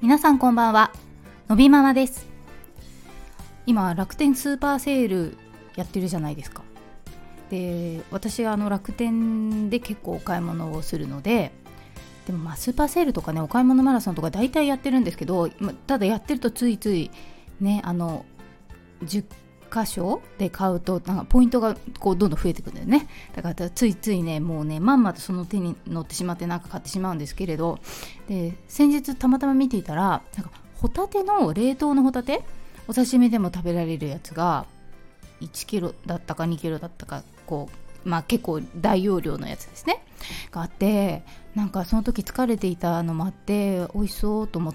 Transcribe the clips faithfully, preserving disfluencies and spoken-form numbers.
皆さんこんばんは、のびママです。今楽天スーパーセールやってるじゃないですか。で、私はあの楽天で結構お買い物をするので、でもまあスーパーセールとかね、お買い物マラソンとか大体やってるんですけど、ただやってるとついついね、あのじゅっ箇所で買うとなんかポイントがこうどんどん増えてくるんだよね。だからついついね、もうねまんまとその手に乗ってしまってなんか買ってしまうんですけれど、で先日たまたま見ていたら、なんかホタテの冷凍のホタテ、お刺身でも食べられるやつがいちキロだったかにキロだったか、こうまあ結構大容量のやつですねがあって、なんかその時疲れていたのもあって美味しそうと思って、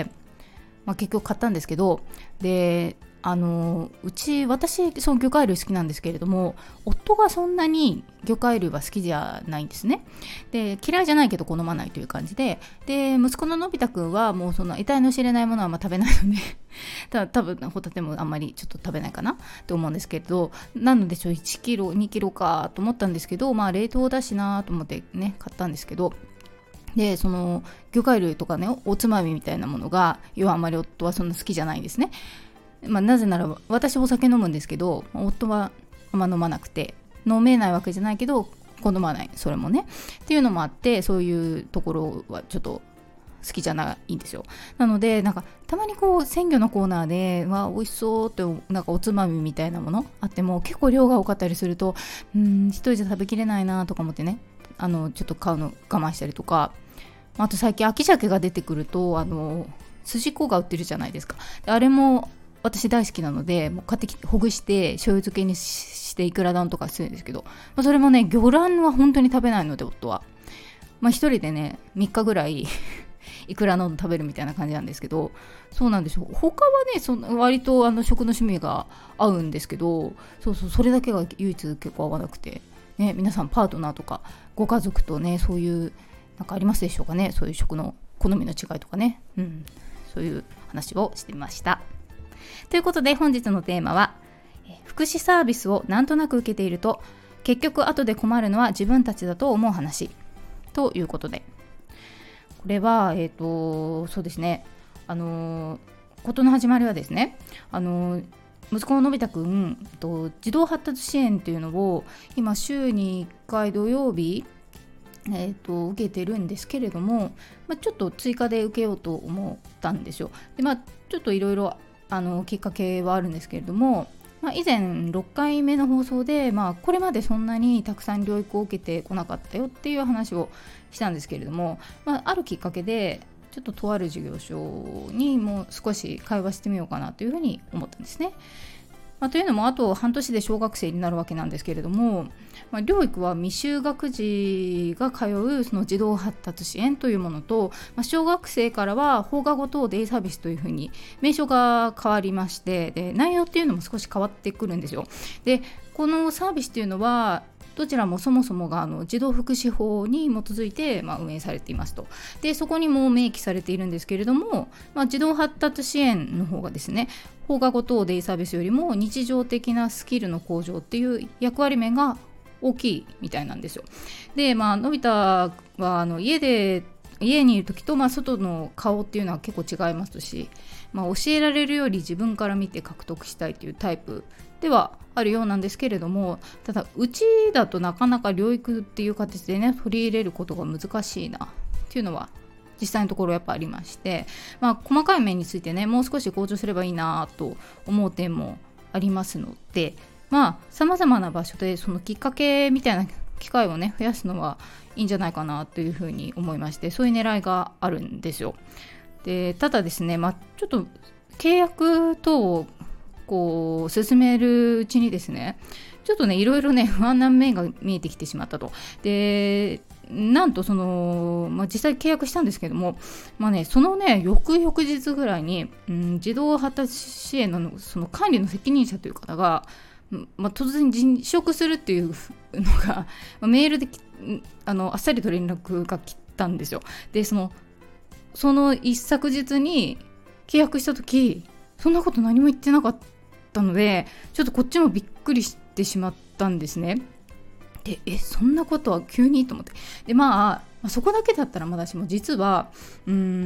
まあ、結局買ったんですけど、であのうち私その魚介類好きなんですけれども、夫がそんなに魚介類は好きじゃないんですね。で嫌いじゃないけど好まないという感じで、で息子ののび太くんはもうそんな得体の知れないものはあんま食べないのでただ多分ホタテもあんまりちょっと食べないかなと思うんですけれど、なのでちょいちキロにキロかと思ったんですけど、まあ冷凍だしなと思ってね買ったんですけど、でその魚介類とかね、おつまみみたいなものが要はあまり夫はそんな好きじゃないんですね。まあ、なぜなら私お酒飲むんですけど、夫はあんま飲まなくて、飲めないわけじゃないけど好まない、それもねっていうのもあって、そういうところはちょっと好きじゃないんですよ。なのでなんかたまにこう鮮魚のコーナーでわ美味しそうってなんかおつまみみたいなものあっても、結構量が多かったりすると、うーん一人じゃ食べきれないなとか思ってね、あのちょっと買うの我慢したりとか、あと最近秋鮭が出てくると、あの筋子が売ってるじゃないですか。あれも私大好きなので、もう買ってきてほぐして醤油漬けにしていくら丼とかするんですけど、まあ、それもね魚卵は本当に食べないので、夫はまあ一人でねみっかぐらいいくら丼食べるみたいな感じなんですけど、そうなんですよ。他はねそ割とあの食の趣味が合うんですけど、そうそう、それだけが唯一結構合わなくてね。皆さんパートナーとかご家族とね、そういうなんかありますでしょうかね、そういう食の好みの違いとかね、うん、そういう話をしてみました。ということで本日のテーマは、福祉サービスをなんとなく受けていると結局後で困るのは自分たちだと思う話ということで、これはえっとそうですね、あの事の始まりはですね、あの息子ののび太くんと児童発達支援っていうのを今週にいっかい土曜日えー、と受けてるんですけれども、まあ、ちょっと追加で受けようと思ったんですよ。で、まあ、ちょっといろいろあのきっかけはあるんですけれども、まあ、以前ろっかいめの放送で、まあ、これまでそんなにたくさん療育を受けてこなかったよっていう話をしたんですけれども、まあ、あるきっかけでちょっととある事業所にもう少し会話してみようかなというふうに思ったんですね。まあ、というのもあと半年で小学生になるわけなんですけれども、まあ、療育は未就学児が通うその児童発達支援というものと、まあ、小学生からは放課後等デイサービスというふうに名称が変わりまして、で内容っていうのも少し変わってくるんですよ。でこのサービスっていうのはどちらもそもそもがあの児童福祉法に基づいて、まあ、運営されていますと。でそこにも明記されているんですけれども、まあ、児童発達支援の方がですね、放課後等デイサービスよりも日常的なスキルの向上っていう役割面が大きいみたいなんですよ。で、まあ、のび太はあの家で家にいる時と、まあ、外の顔っていうのは結構違いますし、まあ、教えられるより自分から見て獲得したいというタイプではあるようなんですけれども、ただうちだとなかなか療育っていう形でね取り入れることが難しいなっていうのは実際のところやっぱありまして、まあ、細かい面についてねもう少し向上すればいいなと思う点もありますので、まあさまざまな場所でそのきっかけみたいな機会をね増やすのはいいんじゃないかなというふうに思いまして、そういう狙いがあるんですよ。でただですね、まあ、ちょっと契約等をこう進めるうちにですね、ちょっとねいろいろね不安な面が見えてきてしまったと。でなんとその、まあ、実際契約したんですけども、まあね、そのね翌々日ぐらいに、うん、児童発達支援 の, その管理の責任者という方が、まあ、突然辞職するっていうのが、まあ、メールであのあっさりと連絡が来たんですよ。でそのその一昨日に契約した時そんなこと何も言ってなかったので、ちょっとこっちもびっくりしてしまったんですね。でえそんなことは急にと思って、でまあそこだけだったらまだしも、実はうーん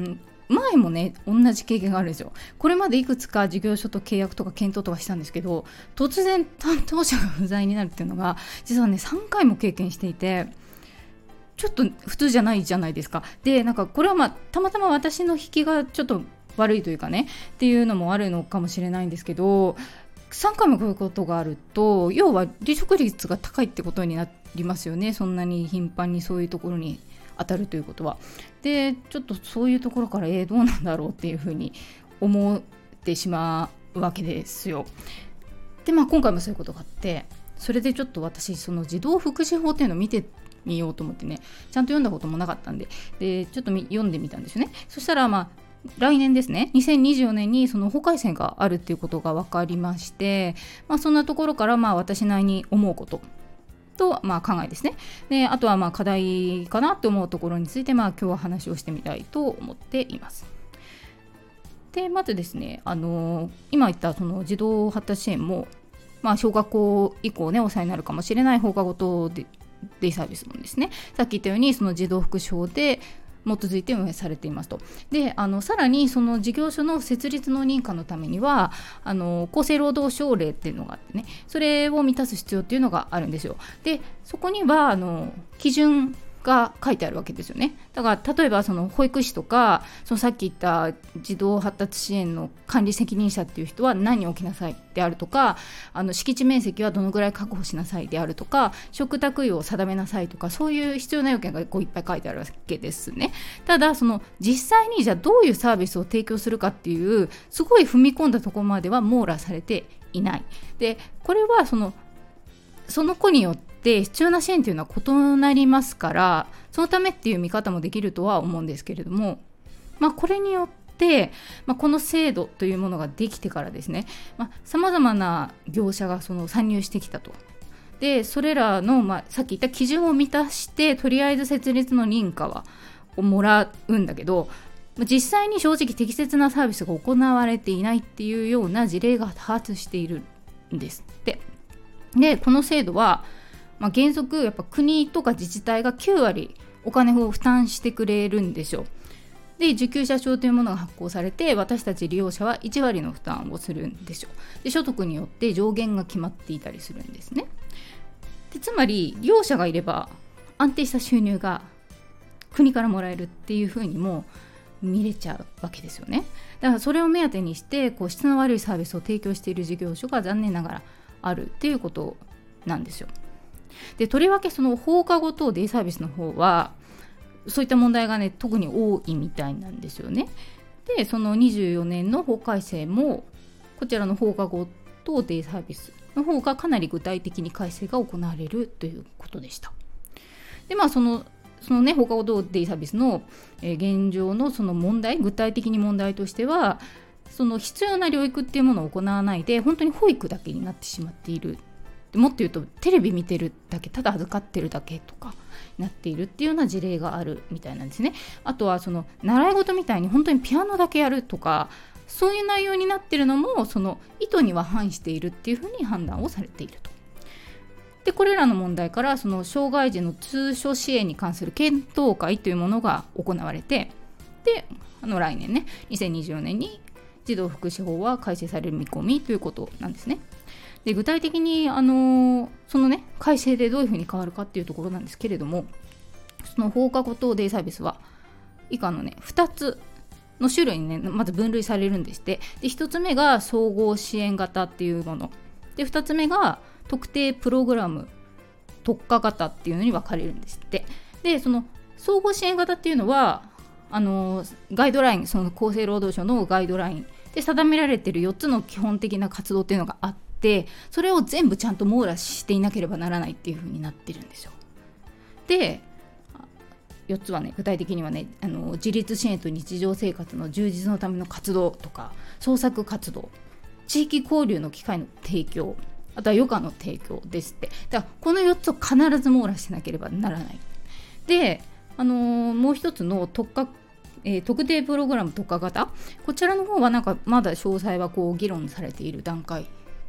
前もね同じ経験があるんですよ。これまでいくつか事業所と契約とか検討とかしたんですけど、突然担当者が不在になるっていうのが実はねさんかいも経験していて、ちょっと普通じゃないじゃないですか。でなんかこれはまあたまたま私の引きがちょっと悪いというかねっていうのもあるのかもしれないんですけど、さんかいもこういうことがあると要は離職率が高いってことになりますよね。そんなに頻繁にそういうところに当たるということは。でちょっとそういうところからえー、どうなんだろうっていうふうに思ってしまうわけですよ。でまあ今回もそういうことがあって、それでちょっと私その児童福祉法っていうのを見てみようと思ってね、ちゃんと読んだこともなかったんで、でちょっと読んでみたんですよね。そしたらまあ来年ですね、にせんにじゅうよねんにその法改正があるっていうことが分かりまして、まあ、そんなところからまあ私なりに思うこととまあ考えですね。であとはまあ課題かなと思うところについてまあ今日は話をしてみたいと思っています。でまずですね、あのー、今言ったその児童発達支援も、まあ、小学校以降ねお世話になるかもしれない放課後等デイサービスもですね、さっき言ったようにその児童福祉法で基づいて運営されていますと。であのさらにその事業所の設立の認可のためにはあの厚生労働省令っていうのがあってね、それを満たす必要っていうのがあるんですよ。でそこにはあの基準が書いてあるわけですよね。だから例えばその保育士とかそのさっき言った児童発達支援の管理責任者っていう人は何を置きなさいであるとか、あの敷地面積はどのぐらい確保しなさいであるとか、食卓用を定めなさいとか、そういう必要な要件がこういっぱい書いてあるわけですね。ただその実際にじゃあどういうサービスを提供するかっていうすごい踏み込んだところまでは網羅されていない。でこれはそのその子によってで必要な支援というのは異なりますから、そのためっていう見方もできるとは思うんですけれども、まあ、これによって、まあ、この制度というものができてからですね、さまざ、まな業者がその参入してきたと。でそれらの、まあ、さっき言った基準を満たしてとりあえず設立の認可はをもらうんだけど、実際に正直適切なサービスが行われていないっていうような事例が多発しているんですって。でこの制度はまあ、原則やっぱ国とか自治体がきゅうわりお金を負担してくれるんですよ。で受給者証というものが発行されて、私たち利用者はいちわりの負担をするんですよ。で所得によって上限が決まっていたりするんですね。でつまり利用者がいれば安定した収入が国からもらえるっていうふうにも見れちゃうわけですよね。だからそれを目当てにしてこう質の悪いサービスを提供している事業所が残念ながらあるっていうことなんですよ。でとりわけその放課後等デイサービスの方はそういった問題がね特に多いみたいなんですよね。でそのにじゅうよねんの法改正もこちらの放課後等デイサービスの方がかなり具体的に改正が行われるということでした。でまあそのそのね放課後等デイサービスの、えー、現状のその問題、具体的に問題としてはその必要な療育っていうものを行わないで本当に保育だけになってしまっている。もっと言うとテレビ見てるだけ、ただ預かってるだけとかなっているっていうような事例があるみたいなんですね。あとはその習い事みたいに本当にピアノだけやるとか、そういう内容になってるのもその意図には反しているっていうふうに判断をされていると。でこれらの問題からその障害児の通所支援に関する検討会というものが行われて、であの来年ねにせんにじゅうよねんに児童福祉法は改正される見込みということなんですね。で具体的に、あのー、そのね改正でどういうふうに変わるかっていうところなんですけれども、その放課後等デイサービスは以下のねふたつの種類にねまず分類されるんですって。でひとつめが総合支援型っていうもので、ふたつめが特定プログラム特化型っていうのに分かれるんですって。でその総合支援型っていうのはあのー、ガイドライン、その厚生労働省のガイドラインで定められているよっつの基本的な活動っていうのがあって、それを全部ちゃんと網羅していなければならないっていう風になってるんですよ。でよっつはね具体的にはねあの自立支援と日常生活の充実のための活動とか創作活動、地域交流の機会の提供、あとは余暇の提供ですって。だからこのよっつを必ず網羅しなければならない。で、あのー、もう一つの特化えー、特定プログラム特化型、こちらの方はなんかまだ詳細はこう議論されている段階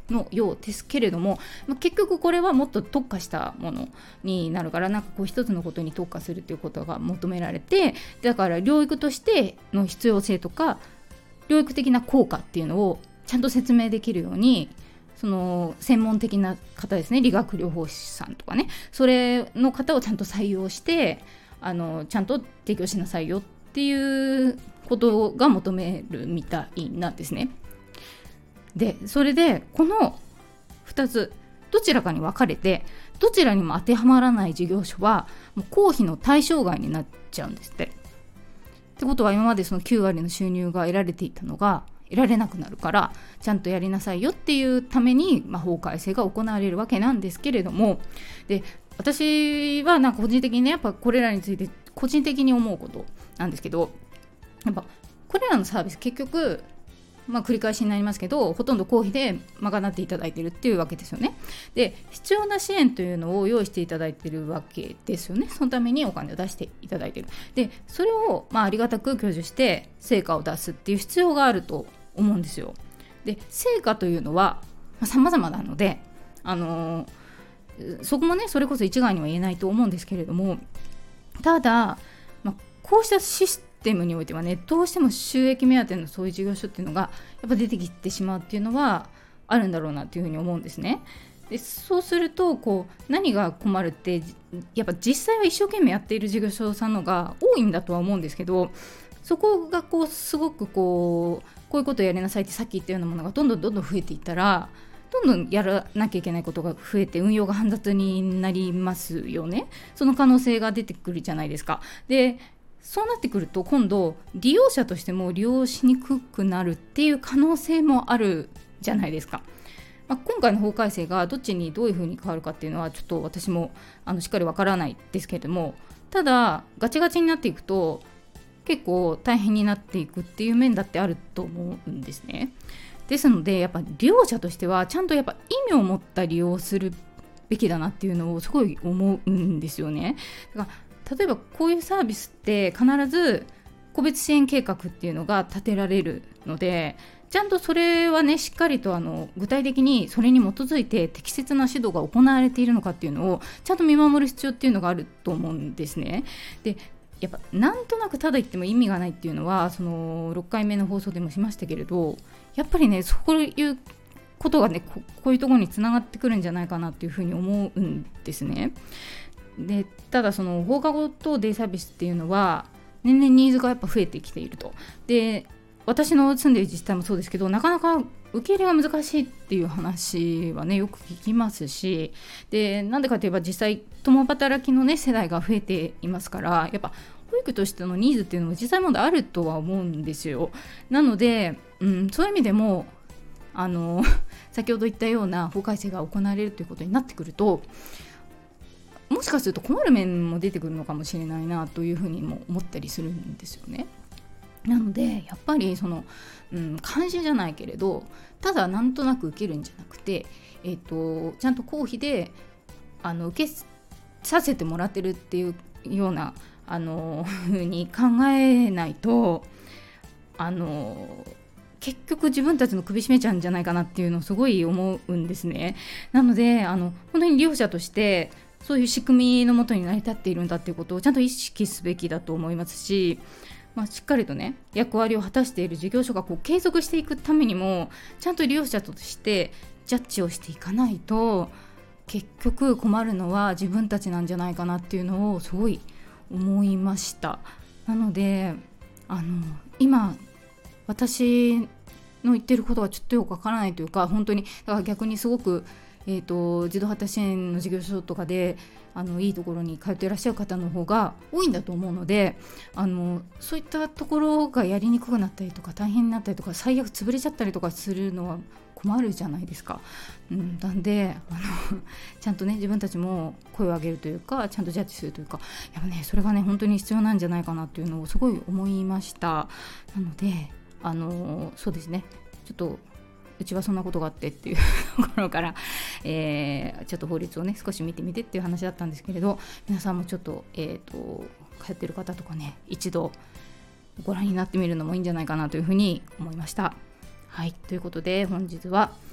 のようですけれども、まあ、結局これはもっと特化したものになるから、なんかこう一つのことに特化するということが求められて、だから療育としての必要性とか療育的な効果っていうのをちゃんと説明できるように、その専門的な方ですね、理学療法士さんとかね、それの方をちゃんと採用してあのちゃんと提供しなさいよっていうことが求めるみたいなんですね。でそれでこのふたつどちらかに分かれて、どちらにも当てはまらない事業所はもう公費の対象外になっちゃうんですって。ってことは今までそのきゅうわりの収入が得られていたのが得られなくなるから、ちゃんとやりなさいよっていうために、まあ、法改正が行われるわけなんですけれども、で私はなんか個人的にね、やっぱこれらについて個人的に思うことなんですけど、やっぱこれらのサービス結局まあ繰り返しになりますけど、ほとんど公費で賄っていただいているっていうわけですよね。で必要な支援というのを用意していただいているわけですよね。そのためにお金を出していただいている。でそれをまあありがたく享受して成果を出すっていう必要があると思うんですよ。で成果というのは様々なので、あのー、そこもねそれこそ一概には言えないと思うんですけれども、ただ、まあ、こうしたシステムシステムにおいてはね、どうしても収益目当てのそういう事業所っていうのがやっぱ出てきてしまうっていうのはあるんだろうなっていうふうに思うんですね。でそうするとこう何が困るって、やっぱ実際は一生懸命やっている事業所さんのが多いんだとは思うんですけど、そこがこうすごくこうこういうことをやりなさいってさっき言ったようなものがどんどんどんどん増えていったら、どんどんやらなきゃいけないことが増えて運用が煩雑になりますよね。その可能性が出てくるじゃないですか。でそうなってくると今度利用者としても利用しにくくなるっていう可能性もあるじゃないですか。まあ、今回の法改正がどっちにどういうふうに変わるかっていうのはちょっと私もあのしっかりわからないですけれども、ただガチガチになっていくと結構大変になっていくっていう面だってあると思うんですね。ですのでやっぱ利用者としてはちゃんとやっぱ意味を持った利用をするべきだなっていうのをすごい思うんですよね。だから例えばこういうサービスって必ず個別支援計画っていうのが立てられるので、ちゃんとそれはねしっかりとあの具体的にそれに基づいて適切な指導が行われているのかっていうのをちゃんと見守る必要っていうのがあると思うんですね。でやっぱなんとなくただ言っても意味がないっていうのはそのろっかいめの放送でもしましたけれど、やっぱりねそういうことがね こ, こういうところにつながってくるんじゃないかなっていうふうに思うんですね。でただその放課後等デイサービスっていうのは年々ニーズがやっぱ増えてきていると。で私の住んでいる自治体もそうですけど、なかなか受け入れが難しいっていう話はねよく聞きますし、でなんでかといえば実際共働きのね世代が増えていますから、やっぱ保育としてのニーズっていうのも実際問題あるとは思うんですよ。なので、うん、そういう意味でもあの先ほど言ったような法改正が行われるということになってくると、もしかすると困る面も出てくるのかもしれないなというふうにも思ったりするんですよね。なのでやっぱりその、うん、監視じゃないけれど、ただなんとなく受けるんじゃなくて、えーと、ちゃんと公費であの受けさせてもらってるっていうようなあのふうに考えないと、あの結局自分たちの首絞めちゃうんじゃないかなっていうのをすごい思うんですね。なのであの本当に利用者としてそういう仕組みのもとに成り立っているんだっていうことをちゃんと意識すべきだと思いますし、まあ、しっかりとね役割を果たしている事業所がこう継続していくためにもちゃんと利用者としてジャッジをしていかないと、結局困るのは自分たちなんじゃないかなっていうのをすごい思いました。なのであの今私の言ってることがちょっとよくわからないというか、本当にだから逆にすごくえーと、児童発達支援の事業所とかであのいいところに通っていらっしゃる方の方が多いんだと思うので、あのそういったところがやりにくくなったりとか大変になったりとか最悪潰れちゃったりとかするのは困るじゃないですか。うん、なんであのちゃんとね自分たちも声を上げるというか、ちゃんとジャッジするというか、やっぱねそれがね本当に必要なんじゃないかなっていうのをすごい思いました。なのであのそうですね、ちょっとうちはそんなことがあってっていうところから、えー、ちょっと法律をね少し見てみてっていう話だったんですけれど、皆さんもちょっと、えーと、通ってる方とかね一度ご覧になってみるのもいいんじゃないかなというふうに思いました。はい、ということで本日は、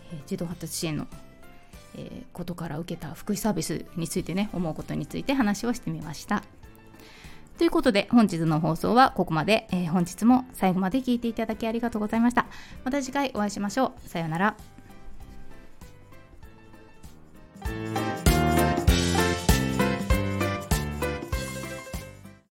えー、児童発達支援の、えー、ことから受けた福祉サービスについてね、思うことについて話をしてみました。ということで本日の放送はここまで、えー、本日も最後まで聞いていただきありがとうございました。また次回お会いしましょう。さようなら。